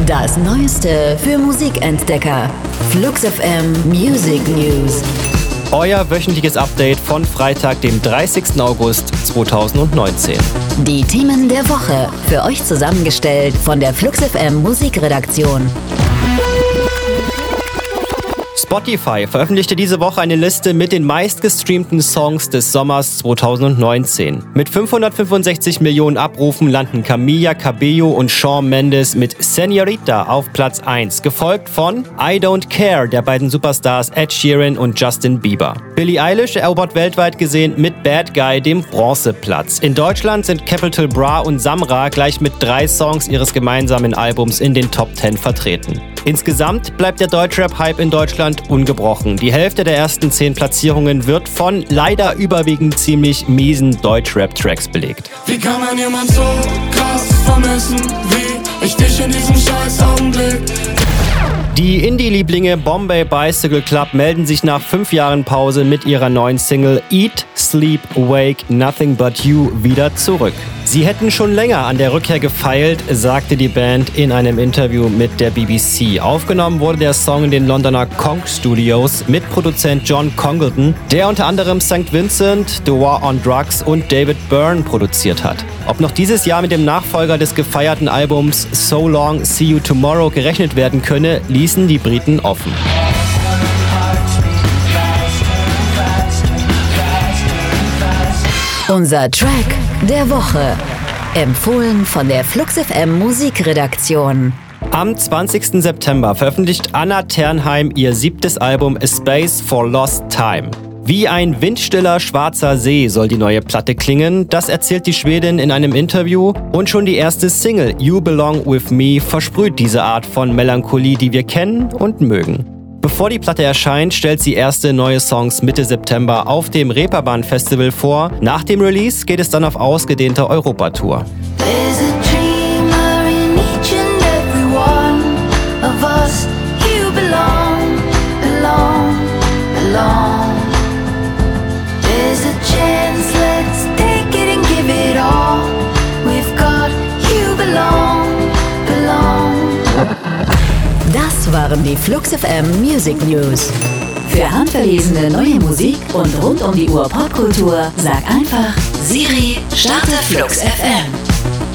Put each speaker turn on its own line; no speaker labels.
Das Neueste für Musikentdecker. Flux FM Music News.
Euer wöchentliches Update von Freitag, dem 30. August 2019.
Die Themen der Woche, für euch zusammengestellt von der Flux FM Musikredaktion.
Spotify veröffentlichte diese Woche eine Liste mit den meistgestreamten Songs des Sommers 2019. Mit 565 Millionen Abrufen landen Camila Cabello und Shawn Mendes mit Señorita auf Platz 1, gefolgt von I Don't Care der beiden Superstars Ed Sheeran und Justin Bieber. Billie Eilish erobert weltweit gesehen mit Bad Guy den Bronzeplatz. In Deutschland sind Capital Bra und Samra gleich mit 3 Songs ihres gemeinsamen Albums in den Top 10 vertreten. Insgesamt bleibt der Deutschrap-Hype in Deutschland ungebrochen. Die Hälfte der ersten 10 Platzierungen wird von leider überwiegend ziemlich miesen Deutschrap-Tracks belegt.
Wie kann man jemand so krass vermissen, wie ich dich in diesem scheiß Augenblick?
Die Indie-Lieblinge Bombay Bicycle Club melden sich nach 5 Jahren Pause mit ihrer neuen Single Eat, Sleep, Wake, Nothing But You wieder zurück. Sie hätten schon länger an der Rückkehr gefeilt, sagte die Band in einem Interview mit der BBC. Aufgenommen wurde der Song in den Londoner Konk Studios mit Produzent John Congleton, der unter anderem St. Vincent, The War on Drugs und David Byrne produziert hat. Ob noch dieses Jahr mit dem Nachfolger des gefeierten Albums So Long, See You Tomorrow gerechnet werden könne, ließen die Briten offen.
Unser Track der Woche. Empfohlen von der Flux FM Musikredaktion.
Am 20. September veröffentlicht Anna Ternheim ihr 7. Album A Space for Lost Time. Wie ein windstiller schwarzer See soll die neue Platte klingen, das erzählt die Schwedin in einem Interview. Und schon die erste Single You Belong With Me versprüht diese Art von Melancholie, die wir kennen und mögen. Bevor die Platte erscheint, stellt sie erste neue Songs Mitte September auf dem Reeperbahn Festival vor. Nach dem Release geht es dann auf ausgedehnte Europatour.
Das waren die Flux FM Music News. Für handverlesene neue Musik und rund um die Uhr Popkultur, sag einfach Siri, starte Flux FM.